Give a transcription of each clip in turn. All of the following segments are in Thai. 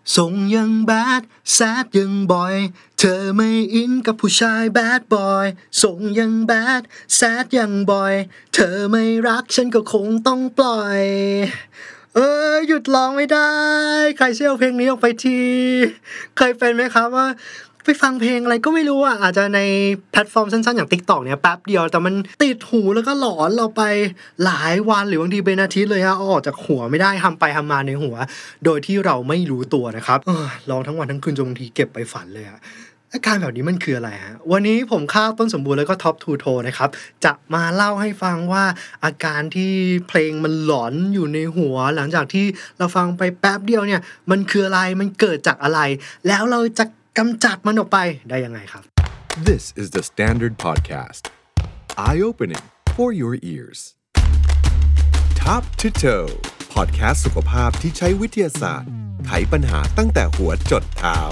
ส่งยังแบดแซดยังบอยเธอไม่อินกับผู้ชายแบดบอยส่งยังแบดแซดยังบอยเธอไม่รักฉันก็คงต้องปล่อยหยุดร้องไม่ได้ใครเชื่อเพลงนี้ออกไปทีเคยเป็นไหมครับว่าไปฟังเพลงอะไรก็ไม่รู้อาจจะในแพลตฟอร์มสั้นๆอย่าง TikTok เนี่ยแป๊บเดียวแต่มันติดหูแล้วก็หลอนเราไปหลายวันหรือบางทีเป็นอาทิตย์เลยฮะออกจากหัวไม่ได้ทำไปทำมาในหัวโดยที่เราไม่รู้ตัวนะครับร้องทั้งวันทั้งคืนจนบางทีเก็บไปฝันเลยอาการแบบนี้มันคืออะไรฮะวันนี้ผมข้าวต้นสมบูรณ์แล้วก็ท็อปทูโทนะครับจะมาเล่าให้ฟังว่าอาการที่เพลงมันหลอนอยู่ในหัวหลังจากที่เราฟังไปแป๊บเดียวเนี่ยมันคืออะไรมันเกิดจากอะไรแล้วเราจะกำจัดมันออกไปได้ยังไงครับ This is the Standard Podcast. Eye-opening for your ears. Top to Toe Podcast สุขภาพที่ใช้วิทยาศาสตร์ไขปัญหาตั้งแต่หัวจดเท้า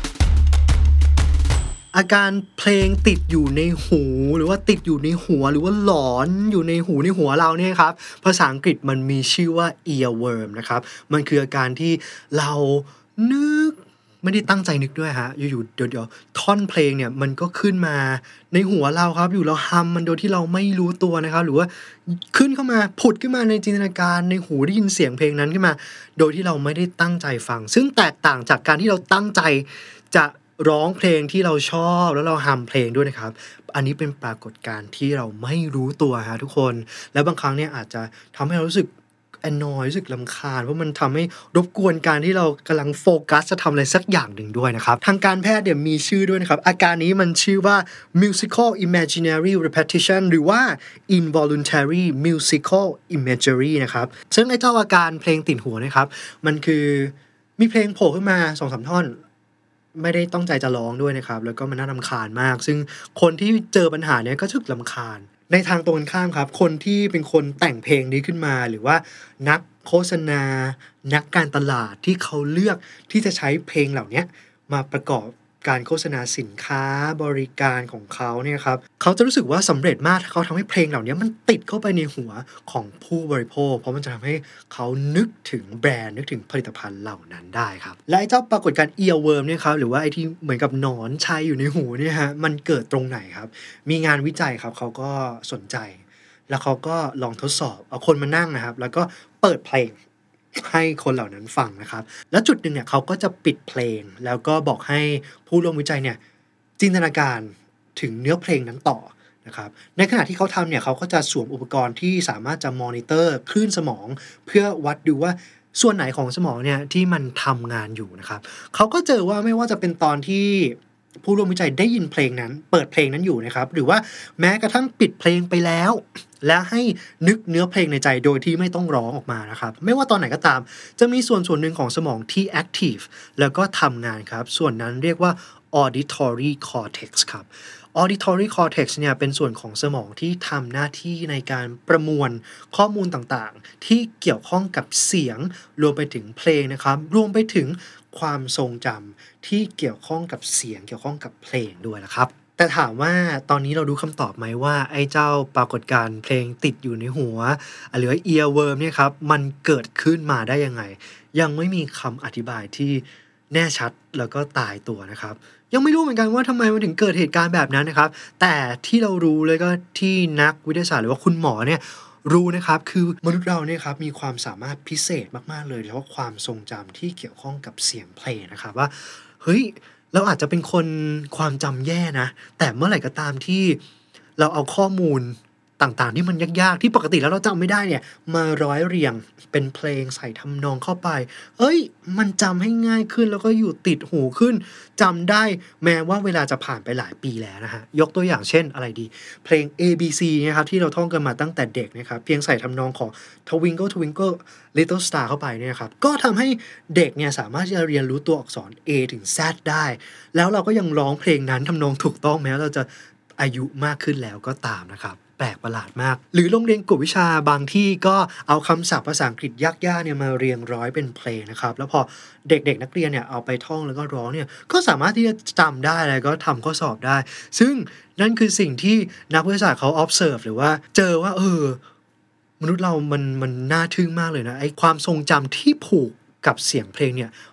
อาการเพลงติดอยู่ในหูหรือว่าติดอยู่ในหัวหรือว่าหลอนอยู่ในหูในหัวเราเนี่ยครับภาษาอังกฤษมันมีชื่อว่า earworm นะครับมันคืออาการที่เรานึกไม่ได้ตั้งใจนึกด้วยฮะอยู่ๆเดี๋ยวท่อนเพลงเนี่ยมันก็ขึ้นมาในหัวเราครับอยู่เราฮัมมันโดยที่เราไม่รู้ตัวนะครับหรือว่าขึ้นเข้ามาผุดขึ้นมาในจินตนาการในหูได้ยินเสียงเพลงนั้นขึ้นมาโดยที่เราไม่ได้ตั้งใจฟังซึ่งแตกต่างจากการที่เราตั้งใจจะร้องเพลงที่เราชอบแล้วเราฮัมเพลงด้วยนะครับอันนี้เป็นปรากฏการณ์ที่เราไม่รู้ตัวฮะทุกคนแล้วบางครั้งเนี่ยอาจจะทำให้เรารู้สึกannoy รู้สึกรำคาญเพราะมันทำให้รบกวนการที่เรากำลังโฟกัสจะทำอะไรสักอย่างหนึ่งด้วยนะครับทางการแพทย์เนี่ยมีชื่อด้วยนะครับอาการนี้มันชื่อว่า musical imaginary repetition หรือว่า involuntary musical imagery นะครับซึ่งไอ้เจ้าอาการเพลงติดหัวนะครับมันคือมีเพลงโผล่ขึ้นมา 2-3 ท่อนไม่ได้ตั้งใจจะร้องด้วยนะครับแล้วก็มันน่ารำคาญมากซึ่งคนที่เจอปัญหาเนี้ยก็รู้สึกรำคาญในทางตรงกันข้ามครับคนที่เป็นคนแต่งเพลงนี้ขึ้นมาหรือว่านักโฆษณานักการตลาดที่เขาเลือกที่จะใช้เพลงเหล่านี้มาประกอบการโฆษณาสินค้าบริการของเขาเนี่ยครับเขาจะรู้สึกว่าสำเร็จมากถ้าเขาทำให้เพลงเหล่านี้มันติดเข้าไปในหัวของผู้บริโภคเพราะมันจะทำให้เขานึกถึงแบรนด์นึกถึงผลิตภัณฑ์เหล่านั้นได้ครับและไอ้เจ้าปรากฏการณ์ earworm เนี่ยครับหรือว่าไอ้ที่เหมือนกับหนอนชัยอยู่ในหูเนี่ยฮะมันเกิดตรงไหนครับมีงานวิจัยครับเขาก็สนใจแล้วเขาก็ลองทดสอบเอาคนมานั่งนะครับแล้วก็เปิดเพลงให้คนเหล่านั้นฟังนะครับแล้วจุดหนึ่งเนี่ยเขาก็จะปิดเพลงแล้วก็บอกให้ผู้ร่วมวิจัยเนี่ยจินตนาการถึงเนื้อเพลงนั้นต่อนะครับในขณะที่เขาทำเนี่ยเขาก็จะสวมอุปกรณ์ที่สามารถจะมอนิเตอร์คลื่นสมองเพื่อวัดดูว่าส่วนไหนของสมองเนี่ยที่มันทำงานอยู่นะครับเขาก็เจอว่าไม่ว่าจะเป็นตอนที่ผู้ร่วมวิจัยได้ยินเพลงนั้นเปิดเพลงนั้นอยู่นะครับหรือว่าแม้กระทั่งปิดเพลงไปแล้วและให้นึกเนื้อเพลงในใจโดยที่ไม่ต้องร้องออกมานะครับไม่ว่าตอนไหนก็ตามจะมีส่วนหนึ่งของสมองที่ active แล้วก็ทำงานครับส่วนนั้นเรียกว่า auditory cortex ครับ auditory cortex เนี่ยเป็นส่วนของสมองที่ทำหน้าที่ในการประมวลข้อมูลต่างๆที่เกี่ยวข้องกับเสียงรวมไปถึงเพลงนะครับรวมไปถึงความทรงจำที่เกี่ยวข้องกับเสียงเกี่ยวข้องกับเพลงด้วยนะครับแต่ถามว่าตอนนี้เรารู้คำตอบไหมว่าไอ้เจ้าปรากฏการณ์เพลงติดอยู่ในหัวหรือ earworm เนี่ยครับมันเกิดขึ้นมาได้ยังไงยังไม่มีคำอธิบายที่แน่ชัดแล้วก็ตายตัวนะครับยังไม่รู้เหมือนกันว่าทำไมมันถึงเกิดเหตุการณ์แบบนั้นนะครับแต่ที่เรารู้เลยก็ที่นักวิทยาศาสตร์หรือว่าคุณหมอเนี่ยรู้นะครับคือมนุษย์เราเนี่ยครับมีความสามารถพิเศษมากๆเลยโดยเฉพาะความทรงจำที่เกี่ยวข้องกับเสียงเพลงนะครับว่าเฮ้ยเราอาจจะเป็นคนความจำแย่นะแต่เมื่อไหร่ก็ตามที่เราเอาข้อมูลต่างๆที่มันยากๆที่ปกติแล้วเราจำไม่ได้เนี่ยมาร้อยเรียงเป็นเพลงใส่ทำนองเข้าไปมันจำให้ง่ายขึ้นแล้วก็อยู่ติดหูขึ้นจำได้แม้ว่าเวลาจะผ่านไปหลายปีแล้วนะฮะยกตัวอย่างเช่นอะไรดีเพลง ABC นะครับที่เราท่องกันมาตั้งแต่เด็กนะครับเพียงใส่ทำนองของ Twinkle Twinkle Little Star เข้าไปเนี่ยครับก็ทำให้เด็กเนี่ยสามารถที่จะเรียนรู้ตัวอักษร A ถึง Z ได้แล้วเราก็ยังร้องเพลงนั้นทำนองถูกต้องแม้เราจะอายุมากขึ้นแล้วก็ตามนะครับแปลกประหลาดมากหรือโรงเรียนกวดวิชาบางที่ก็เอาคำศัพท์ภาษาอังกฤษยากๆเนี่ยมาเรียงร้อยเป็นเพลงนะครับแล้วพอเด็กๆนักเรียนเนี่ยเอาไปท่องแล้วก็ร้องเนี่ยก็สามารถที่จะจำได้แล้วก็ทำข้อสอบได้ซึ่งนั่นคือสิ่งที่นักวิทยาศาสตร์เขา observe หรือว่าเจอว่ามนุษย์เรามันน่าทึ่งมากเลยนะไอ้ความทรงจำที่ผูกกับเสียงเพลงเนี่ย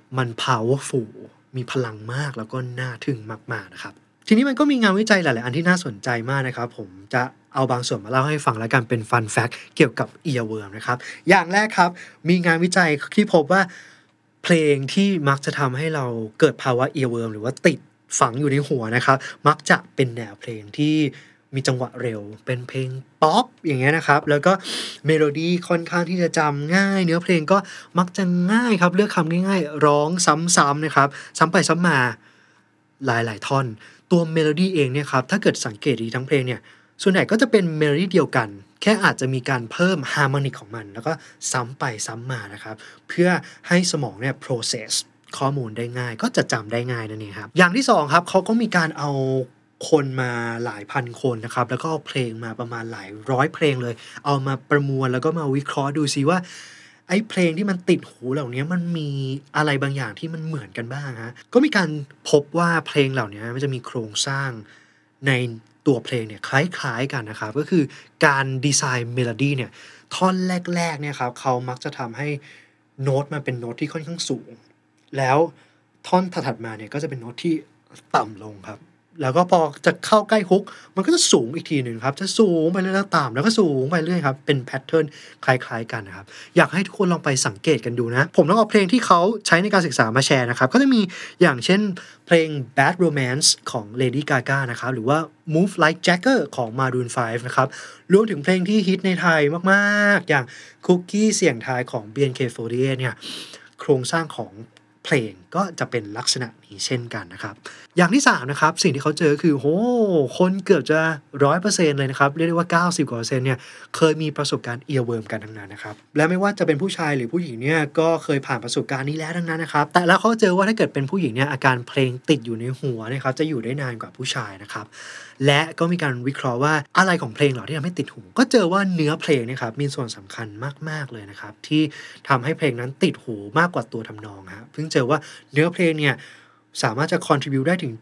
มัน powerful มีพลังมากแล้วก็น่าทึ่งมากๆนะครับทีนี้มันก็มีงานวิจัยหลายๆอันที่น่าสนใจมากนะครับผมจะเอาบางส่วนมาเล่าให้ฟังแล้วกันเป็น fun fact เกี่ยวกับ earworm นะครับอย่างแรกครับมีงานวิจัยที่พบว่าเพลงที่มักจะทำให้เราเกิดภาวะ earworm หรือว่าติดฝังอยู่ในหัวนะครับมักจะเป็นแนวเพลงที่มีจังหวะเร็วเป็นเพลงป๊อปอย่างเงี้ยนะครับแล้วก็เมโลดี้ค่อนข้างที่จะจำง่ายเนื้อเพลงก็มักจะง่ายครับเลือกคำง่ายๆร้องซ้ำๆนะครับซ้ำไปซ้ำมาหลายๆท่อนตัวเมโลดี้เองเนี่ยครับถ้าเกิดสังเกตดีทั้งเพลงเนี่ยส่วนใหญ่ก็จะเป็นเมโลดี้เดียวกันแค่อาจจะมีการเพิ่มฮาร์โมนิกของมันแล้วก็ซ้ำไปซ้ำมานะครับเพื่อให้สมองเนี่ย process ข้อมูลได้ง่ายก็จะจำได้ง่ายนั่นเองครับอย่างที่สองครับเขาก็มีการเอาคนมาหลายพันคนนะครับแล้วก็เอาเพลงมาประมาณหลายร้อยเพลงเลยเอามาประมวลแล้วก็มาวิเคราะห์ดูซิว่าไอ้เพลงที่มันติดหูเหล่านี้มันมีอะไรบางอย่างที่มันเหมือนกันบ้างฮะก็มีการพบว่าเพลงเหล่านี้มันจะมีโครงสร้างในตัวเพลงเนี่ยคล้ายๆกันนะครับก็คือการดีไซน์เมโลดี้เนี่ยท่อนแรกๆเนี่ยครับเขามักจะทำให้โน้ตมันเป็นโน้ตที่ค่อนข้างสูงแล้วท่อนถัดๆมาเนี่ยก็จะเป็นโน้ตที่ต่ำลงครับแล้วก็พอจะเข้าใกล้ฮุกมันก็จะสูงอีกทีหนึ่งครับจะสูงไปเรื่อยๆต่ำแล้วก็สูงไปเรื่อยครับเป็นแพทเทิร์นคล้ายๆกันนะครับอยากให้ทุกคนลองไปสังเกตกันดูนะผมต้องเอาเพลงที่เขาใช้ในการศึกษามาแชร์นะครับก็จะมีอย่างเช่นเพลง Bad Romance ของ Lady Gaga นะครับหรือว่า Move Like Jagger ของ Maroon 5 นะครับรวมถึงเพลงที่ฮิตในไทยมากๆอย่าง Cookie เสียงทายของ BNK48 เนี่ยโครงสร้างของเพลงก็จะเป็นลักษณะนี้เช่นกันนะครับอย่างที่3นะครับสิ่งที่เขาเจอคือโหคนเกือบจะ 100% เลยนะครับเรียกได้ว่า90%เนี่ยเคยมีประสบการณ์ earworm กันทั้งนั้นนะครับและไม่ว่าจะเป็นผู้ชายหรือผู้หญิงเนี่ยก็เคยผ่านประสบการณ์นี้แล้วทั้งนั้นนะครับแต่แล้วเขาเจอว่าถ้าเกิดเป็นผู้หญิงเนี่ยอาการเพลงติดอยู่ในหัวนะครับจะอยู่ได้นานกว่าผู้ชายนะครับและก็มีการวิเคราะห์ว่าอะไรของเพลงเหล่าที่ทำให้ติดหูก็เจอว่าเนื้อเพลงนะครับมีส่วนสำคัญมากๆเลยนะครับที่ทำให้เพลงนั้นติดหูมากกว่าตัวทำนองครับเพิ่งเจอว่าเนื้อเพลงเนี่ยสามารถจะ contribute ได้ถึง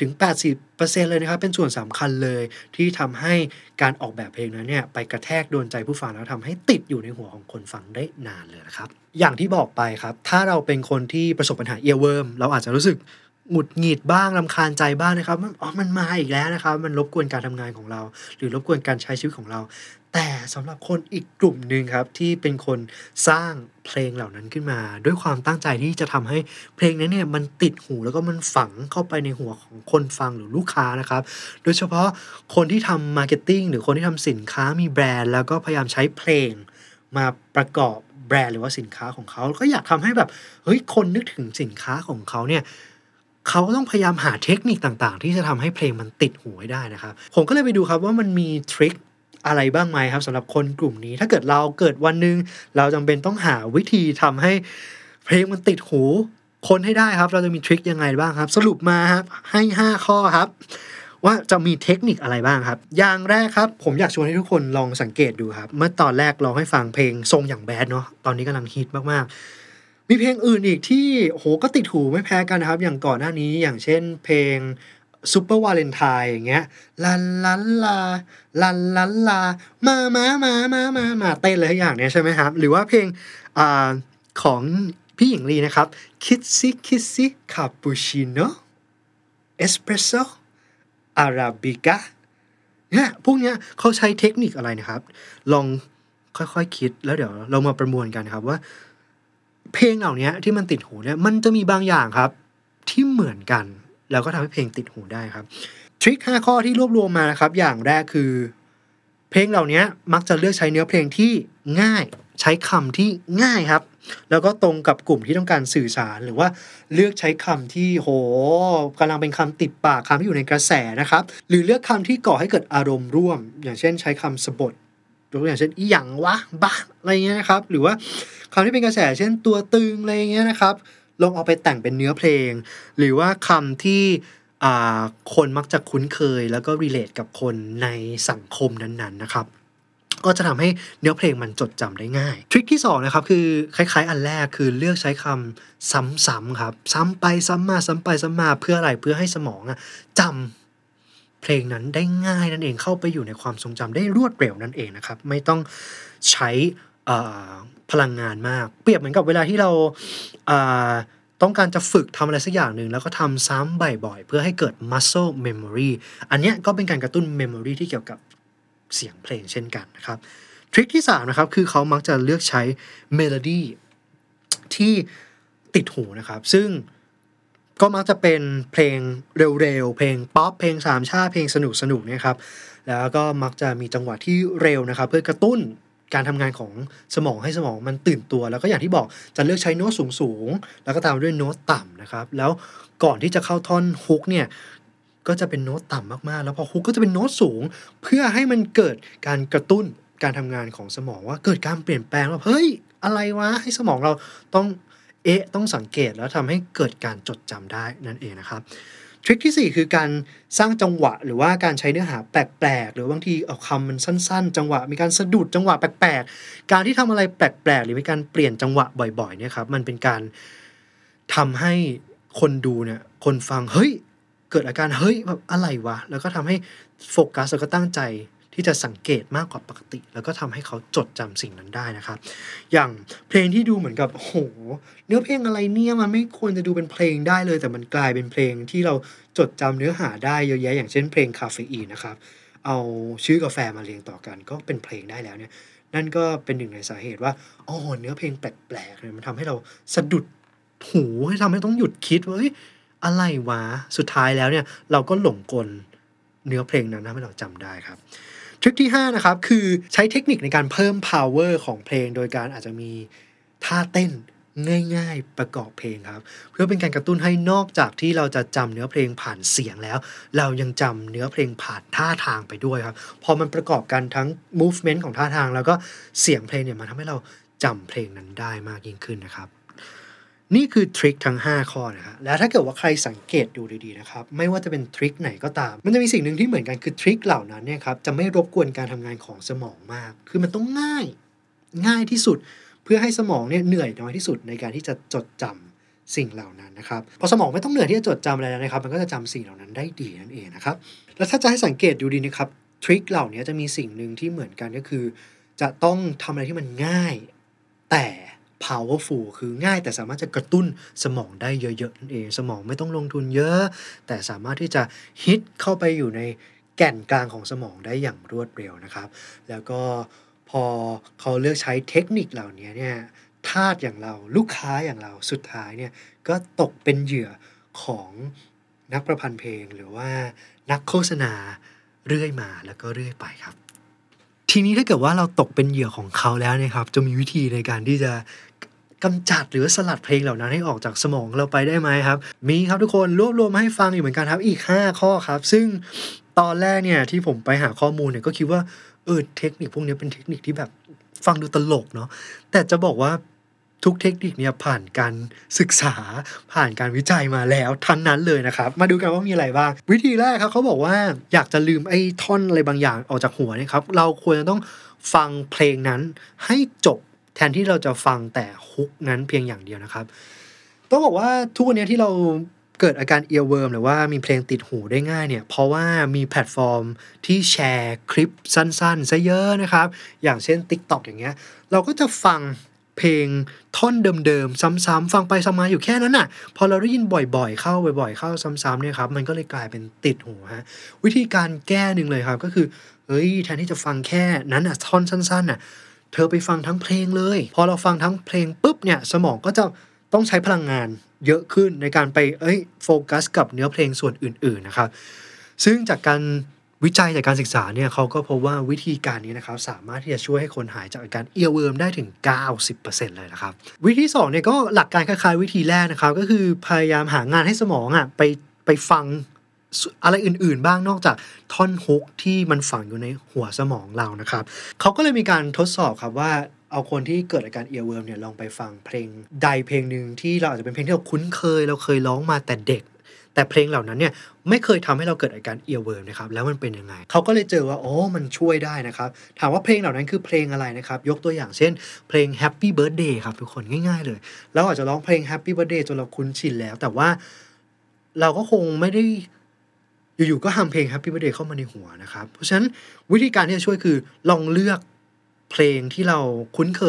70-80% เลยนะครับเป็นส่วนสำคัญเลยที่ทำให้การออกแบบเพลงนั้นเนี่ยไปกระแทกโดนใจผู้ฟังแล้วทำให้ติดอยู่ในหัวของคนฟังได้นานเลยนะครับอย่างที่บอกไปครับถ้าเราเป็นคนที่ประสบปัญหา earworm เราอาจจะรู้สึกหงุดหงิดบ้างรำคาญใจบ้างนะครับมันมาอีกแล้วนะครับมันรบกวนการทำงานของเราหรือรบกวนการใช้ชีวิตของเราแต่สำหรับคนอีกกลุ่มหนึ่งครับที่เป็นคนสร้างเพลงเหล่านั้นขึ้นมาด้วยความตั้งใจที่จะทำให้เพลงนั้นเนี่ยมันติดหูแล้วก็มันฝังเข้าไปในหัวของคนฟังหรือลูกค้านะครับโดยเฉพาะคนที่ทำมาร์เก็ตติ้งหรือคนที่ทำสินค้ามีแบรนด์แล้วก็พยายามใช้เพลงมาประกอบแบรนด์หรือว่าสินค้าของเขาก็อยากทำให้แบบเฮ้ยคนนึกถึงสินค้าของเขาเนี่ยเขาก็ต้องพยายามหาเทคนิคต่างๆที่จะทำให้เพลงมันติดหูให้ได้นะครับผมก็เลยไปดูครับว่ามันมีทริคอะไรบ้างไหมครับสำหรับคนกลุ่มนี้ถ้าเกิดเราเกิดวันนึงเราจำเป็นต้องหาวิธีทำให้เพลงมันติดหูคนให้ได้ครับเราจะมีทริคยังไงบ้างครับสรุปมาครับให้5ข้อครับว่าจะมีเทคนิคอะไรบ้างครับอย่างแรกครับผมอยากชวนให้ทุกคนลองสังเกตดูครับเมื่อตอนแรกลองให้ฟังเพลงทรงอย่างแบดเนาะตอนนี้กำลังฮิตมากๆมีเพลงอื่นอีกที่โหก็ติดหูไม่แพ้กันนะครับอย่างก่อนหน้านี้อย่างเช่นเพลงซูเปอร์วาเลนไทน์อย่างเงี้ยลันลันลาลันลันลามาเต้นเลยทุกอย่างเนี่ยใช่ไหมครับหรือว่าเพลงของพี่หญิงลีนะครับคิดซิคาปูชิโน่เอสเปรสโซ่อาราบิก้าเนี่ยพวกเนี้ยเขาใช้เทคนิคอะไรนะครับลองค่อยๆคิดแล้วเดี๋ยวเรามาประมวลกันครับว่าเพลงเหล่านี้ที่มันติดหูเนี่ยมันจะมีบางอย่างครับที่เหมือนกันแล้วก็ทำให้เพลงติดหูได้ครับทริค5ข้อที่รวบรวมมานะครับอย่างแรกคือเพลงเหล่านี้มักจะเลือกใช้เนื้อเพลงที่ง่ายใช้คำที่ง่ายครับแล้วก็ตรงกับกลุ่มที่ต้องการสื่อสารหรือว่าเลือกใช้คำที่โหกำลังเป็นคำติดปากคำที่อยู่ในกระแสนะครับหรือเลือกคำที่ก่อให้เกิดอารมณ์ร่วมอย่างเช่นใช้คำสะบทตัวอย่างเช่นอีหยังวะบ้าอะไรเงี้ยนะครับหรือว่าคำที่เป็นกระแสเช่นตัวตึงอะไรเงี้ยนะครับลองเอาไปแต่งเป็นเนื้อเพลงหรือว่าคำที่คนมักจะคุ้นเคยแล้วก็ relate กับคนในสังคมนั้นๆนะครับก็จะทำให้เนื้อเพลงมันจดจำได้ง่ายทริคที่2นะครับคือคล้ายๆอันแรกคือเลือกใช้คำซ้ำๆครับซ้ำไปซ้ำมาเพื่ออะไรเพื่อให้สมองจำเพลงนั้นได้ง่ายนั่นเองเข้าไปอยู่ในความทรงจำได้รวดเร็วนั่นเองนะครับไม่ต้องใช้พลังงานมากเปรียบเหมือนกับเวลาที่เราต้องการจะฝึกทำอะไรสักอย่างหนึ่งแล้วก็ทำซ้ำบ่อยๆเพื่อให้เกิด muscle memory อันเนี้ยก็เป็นการกระตุ้น memory ที่เกี่ยวกับเสียงเพลงเช่นกันนะครับทริคที่3นะครับคือเขามักจะเลือกใช้เมโลดี้ที่ติดหูนะครับซึ่งก็มักจะเป็นเพลงเร็วๆเพลงป๊อปเพลงสามชาติเพลงสนุกๆนะครับแล้วก็มักจะมีจังหวะที่เร็วนะครับเพื่อกระตุ้นการทำงานของสมองให้สมองมันตื่นตัวแล้วก็อย่างที่บอกจะเลือกใช้โน้ตสูงๆแล้วก็ตามด้วยโน้ตต่ำนะครับแล้วก่อนที่จะเข้าท่อนฮุกเนี่ยก็จะเป็นโน้ตต่ำมากๆแล้วพอฮุกก็จะเป็นโน้ตสูงเพื่อให้มันเกิดการกระตุ้นการทำงานของสมองว่าเกิดการเปลี่ยนแปลงว่าเฮ้ยอะไรวะให้สมองเราต้องสังเกตแล้วทำให้เกิดการจดจำได้นั่นเองนะครับทริคที่4คือการสร้างจังหวะหรือว่าการใช้เนื้อหาแปลกๆหรือบางทีเอาคำมันสั้นๆจังหวะมีการสะดุดจังหวะแปลกๆการที่ทำอะไรแปลกๆหรือมีการเปลี่ยนจังหวะบ่อยๆเนี่ยครับมันเป็นการทำให้คนดูเนี่ยคนฟังเฮ้ยเกิดอาการเฮ้ยแบบอะไรวะแล้วก็ทำให้โฟกัสแล้วก็ตั้งใจที่จะสังเกตมากกว่าปกติแล้วก็ทำให้เขาจดจำสิ่งนั้นได้นะครับอย่างเพลงที่ดูเหมือนกับโอ้โหเนื้อเพลงอะไรเนี่ยมันไม่ควรจะดูเป็นเพลงได้เลยแต่มันกลายเป็นเพลงที่เราจดจำเนื้อหาได้เยอะแยะอย่างเช่นเพลงคาเฟอีนนะครับเอาชื่อกาแฟมาเรียงต่อกันก็เป็นเพลงได้แล้วเนี่ยนั่นก็เป็นหนึ่งในสาเหตุว่าอ๋อเนื้อเพลงแปลกๆเนี่ยมันทำให้เราสะดุดหูให้ทำให้ต้องหยุดคิดว่าเฮ้ยอะไรวะสุดท้ายแล้วเนี่ยเราก็หลงกลเนื้อเพลงนั้นทำให้เราจำได้ครับทริคที่5นะครับคือใช้เทคนิคในการเพิ่ม power ของเพลงโดยการอาจจะมีท่าเต้นง่ายๆประกอบเพลงครับเพื่อเป็นการกระตุ้นให้นอกจากที่เราจะจำเนื้อเพลงผ่านเสียงแล้วเรายังจำเนื้อเพลงผ่านท่าทางไปด้วยครับพอมันประกอบกันทั้ง movement ของท่าทางแล้วก็เสียงเพลงเนี่ยมันทำให้เราจำเพลงนั้นได้มากยิ่งขึ้นนะครับนี่คือทริคทั้ง5ข้อนะฮะและถ้าเกิดว่าใครสังเกตดูดีๆนะครับไม่ว่าจะเป็นทริคไหนก็ตามมันจะมีสิ่งหนึ่งที่เหมือนกันคือทริคเหล่านั้นเนี่ยครับจะไม่รบกวนการทำงานของสมองมากคือมันต้องง่ายที่สุดเพื่อให้สมองเนี่ยเหนื่อยน้อยที่สุดในการที่จะจดจำสิ่งเหล่านั้นนะครับพอสมองไม่ต้องเหนื่อยที่จะจดจำอะไรแล้วนะครับมันก็จะจำสิ่งเหล่านั้นได้ดีนั่นเองนะครับแล้วถ้าจะให้สังเกตดูดีนะครับทริคเหล่านี้จะมีสิ่งหนึ่งที่เหมือนกันก็คือจะต้องทำอะไรที่มันง่ายแต่ powerful คือง่ายแต่สามารถจะกระตุ้นสมองได้เยอะๆนั่นเองสมองไม่ต้องลงทุนเยอะแต่สามารถที่จะฮิตเข้าไปอยู่ในแก่นกลางของสมองได้อย่างรวดเร็วนะครับแล้วก็พอเขาเลือกใช้เทคนิคเหล่านี้เนี่ยทาสอย่างเราลูกค้าอย่างเราสุดท้ายเนี่ยก็ตกเป็นเหยื่อของนักประพันธ์เพลงหรือว่านักโฆษณาเรื่อยมาแล้วก็เรื่อยไปครับทีนี้ถ้าเกิดว่าเราตกเป็นเหยื่อของเขาแล้วเนี่ยครับจะมีวิธีในการที่จะกำจัดหรือสลัดเพลงเหล่านั้นให้ออกจากสมองเราไปได้ไหมครับมีครับทุกคนรวบรวมมาให้ฟังอยู่เหมือนกันครับอีก5ข้อครับซึ่งตอนแรกเนี่ยที่ผมไปหาข้อมูลเนี่ยก็คิดว่าเทคนิคพวกนี้เป็นเทคนิคที่แบบฟังดูตลกเนาะแต่จะบอกว่าทุกเทคนิคเนี่ยผ่านการศึกษาผ่านการวิจัยมาแล้วทั้งนั้นเลยนะครับมาดูกันว่ามีอะไรบ้างวิธีแรกครับเขาบอกว่าอยากจะลืมไอ้ท่อนอะไรบางอย่างออกจากหัวเนี่ยครับเราควรจะต้องฟังเพลงนั้นให้จบแทนที่เราจะฟังแต่ฮุกนั้นเพียงอย่างเดียวนะครับต้องบอกว่าทุกวันนี้ที่เราเกิดอาการเอียร์เวิร์มหรือว่ามีเพลงติดหูได้ง่ายเนี่ยเพราะว่ามีแพลตฟอร์มที่แชร์คลิปสั้นๆซะเยอะนะครับอย่างเช่น TikTok อย่างเงี้ยเราก็จะฟังเพลงท่อนเดิมๆซ้ำๆฟังไปซ้ำมาอยู่แค่นั้นน่ะพอเราได้ยินบ่อยๆเข้าซ้ำๆเนี่ยครับมันก็เลยกลายเป็นติดหูฮะวิธีการแก้หนึ่งเลยครับก็คือแทนที่จะฟังแค่นั้นน่ะท่อนสั้นๆน่ะเธอไปฟังทั้งเพลงเลยพอเราฟังทั้งเพลงปุ๊บเนี่ยสมองก็จะต้องใช้พลังงานเยอะขึ้นในการไปโฟกัสกับเนื้อเพลงส่วนอื่นๆนะครับซึ่งจากการวิจัยจากการศึกษาเนี่ยเขาก็พบว่าวิธีการนี้นะครับสามารถที่จะช่วยให้คนหายจากอาการเอียร์เวิร์มได้ถึง 90% เลยนะครับวิธี2เนี่ยก็หลักการคล้ายๆวิธีแรกนะครับก็คือพยายามหางานให้สมองไปฟังอะไรอื่นๆบ้างนอกจากท่อนฮุกที่มันฝังอยู่ในหัวสมองเรานะครับเขาก็เลยมีการทดสอบครับว่าเอาคนที่เกิดอาการเอียร์เวิร์มเนี่ยลองไปฟังเพลงใดเพลงหนึ่งที่เราอาจจะเป็นเพลงที่เราคุ้นเคยเราเคยร้องมาแต่เด็กแต่เพลงเหล่านั้นเนี่ยไม่เคยทำให้เราเกิดอาการเอียร์เวิร์มนะครับแล้วมันเป็นยังไงเขาก็เลยเจอว่ามันช่วยได้นะครับถามว่าเพลงเหล่านั้นคือเพลงอะไรนะครับยกตัวอย่างเช่นเพลง Happy Birthday ครับทุกคนง่ายๆเลยเราอาจจะร้องเพลง Happy Birthday จนเราคุ้นชินแล้วแต่ว่าเราก็คงไม่ได้อยู่ๆก็ทำเพลง Happy Birthday เข้ามาในหัวนะครับเพราะฉะนั้นวิธีการที่จะช่วยคือลองเลือกเพลงที่เราคุ้นเคย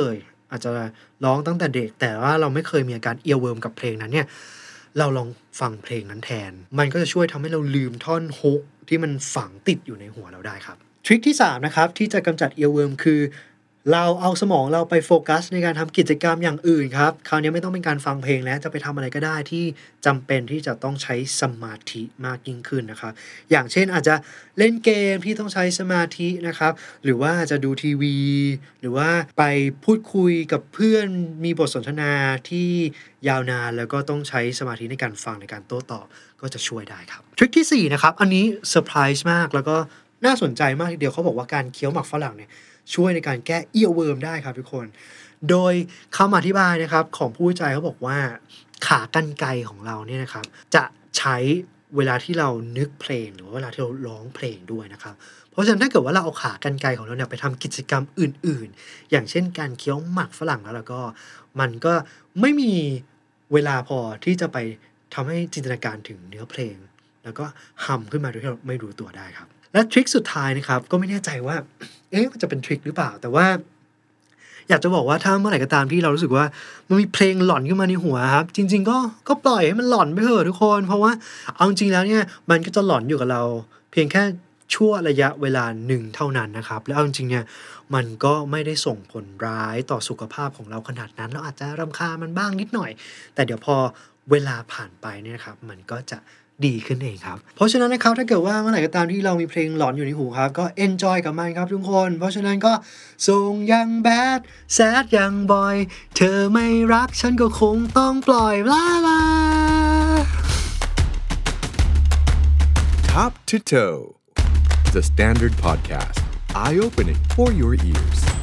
อาจจะร้องตั้งแต่เด็กแต่ว่าเราไม่เคยมีอาการเอียร์เวิร์มกับเพลงนั้นเนี่ยเราลองฟังเพลงนั้นแทนมันก็จะช่วยทำให้เราลืมท่อนฮุกที่มันฝังติดอยู่ในหัวเราได้ครับทริคที่3นะครับที่จะกำจัดเอียร์เวิร์มคือเราเอาสมองเราไปโฟกัสในการทำกิจกรรมอย่างอื่นครับคราวนี้ไม่ต้องเป็นการฟังเพลงแล้วจะไปทำอะไรก็ได้ที่จำเป็นที่จะต้องใช้สมาธิมากยิ่งขึ้นนะครับอย่างเช่นอาจจะเล่นเกมที่ต้องใช้สมาธินะครับหรือว่าจะดูทีวีหรือว่าไปพูดคุยกับเพื่อนมีบทสนทนาที่ยาวนานแล้วก็ต้องใช้สมาธิในการฟังในการโต้ตอบก็จะช่วยได้ครับทริคที่4นะครับอันนี้เซอร์ไพรส์มากแล้วก็น่าสนใจมากทีเดียวเขาบอกว่าการเคี้ยวหมากฝรั่งเนี่ยช่วยในการแก้เอียร์เวิร์มได้ครับทุกคนโดยคำอธิบายนะครับของผู้วิจัยเขาบอกว่าขากรรไกรของเราเนี่ยนะครับจะใช้เวลาที่เรานึกเพลงหรือว่าเวลาที่เราร้องเพลงด้วยนะครับเพราะฉะนั้นถ้าเกิดว่าเราเอาขากรรไกรของเราเนี่ยไปทำกิจกรรมอื่นๆอย่างเช่นการเคี้ยวหมากฝรั่งแล้วก็มันก็ไม่มีเวลาพอที่จะไปทำให้จินตนาการถึงเนื้อเพลงแล้วก็ฮัมขึ้นมาโดยที่เราไม่รู้ตัวได้ครับและทริคสุดท้ายนะครับก็ไม่แน่ใจว่ามันจะเป็นทริคหรือเปล่าแต่ว่าอยากจะบอกว่าถ้าเมื่อไหร่ก็ตามที่เรารู้สึกว่ามันมีเพลงหลอนขึ้นมาในหัวครับจริงๆก็ปล่อยให้มันหลอนไปเถอะทุกคนเพราะว่าเอาจริงๆแล้วเนี่ยมันก็จะหลอนอยู่กับเราเพียงแค่ชั่วระยะเวลาหนึ่งเท่านั้นนะครับแล้วเอาจริงๆเนี่ยมันก็ไม่ได้ส่งผลร้ายต่อสุขภาพของเราขนาดนั้นเราอาจจะรำคาญมันบ้างนิดหน่อยแต่เดี๋ยวพอเวลาผ่านไปเนี่ยนะครับมันก็จะดีขึ้นเองครับเพราะฉะนั้นนะครับถ้าเกิดว่าเมื่อไหร่ก็ตามที่เรามีเพลงหลอนอยู่ในหูครับก็ enjoy กับมันครับทุกคนเพราะฉะนั้นก็ส่งยังแบดแซดยังบอยเธอไม่รักฉันก็คงต้องปล่อยลาลา Top to Toe The Standard Podcast Eye Opening for Your Ears